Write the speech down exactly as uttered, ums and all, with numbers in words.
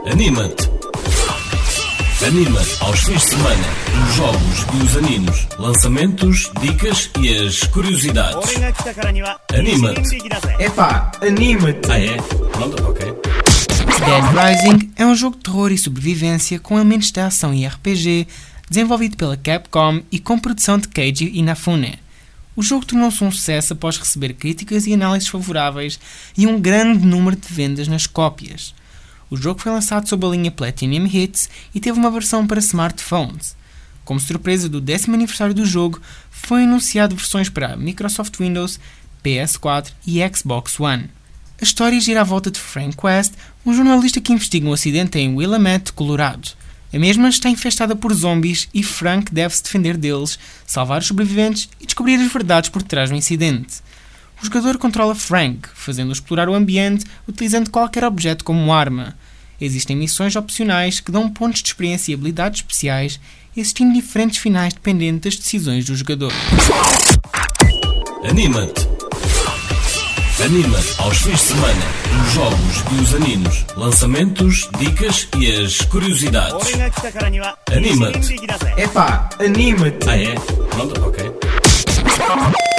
Anima-te! Anima-te aos fins de semana, os jogos e os animes, lançamentos, dicas e as curiosidades. Anima-te! Epá, anima-te! Ah é? Pronto, ok. Dead Rising é um jogo de terror e sobrevivência com elementos de ação e R P G, desenvolvido pela Capcom e com produção de Keiji Inafune. O jogo tornou-se um sucesso após receber críticas e análises favoráveis e um grande número de vendas nas cópias. O jogo foi lançado sob a linha Platinum Hits e teve uma versão para smartphones. Como surpresa do décimo aniversário do jogo, foi anunciado versões para Microsoft Windows, P S quatro e Xbox One. A história gira à volta de Frank West, um jornalista que investiga um acidente em Willamette, Colorado. A mesma está infestada por zombies e Frank deve se defender deles, salvar os sobreviventes e descobrir as verdades por trás do incidente. O jogador controla Frank, fazendo-o explorar o ambiente utilizando qualquer objeto como arma. Existem missões opcionais que dão pontos de experiência e habilidades especiais, existindo diferentes finais dependendo das decisões do jogador. Anima-te! Anima-te aos fins de semana, os jogos e os animes, lançamentos, dicas e as curiosidades. Anima-te! Epá, anima-te! Ah é? Pronto, ok.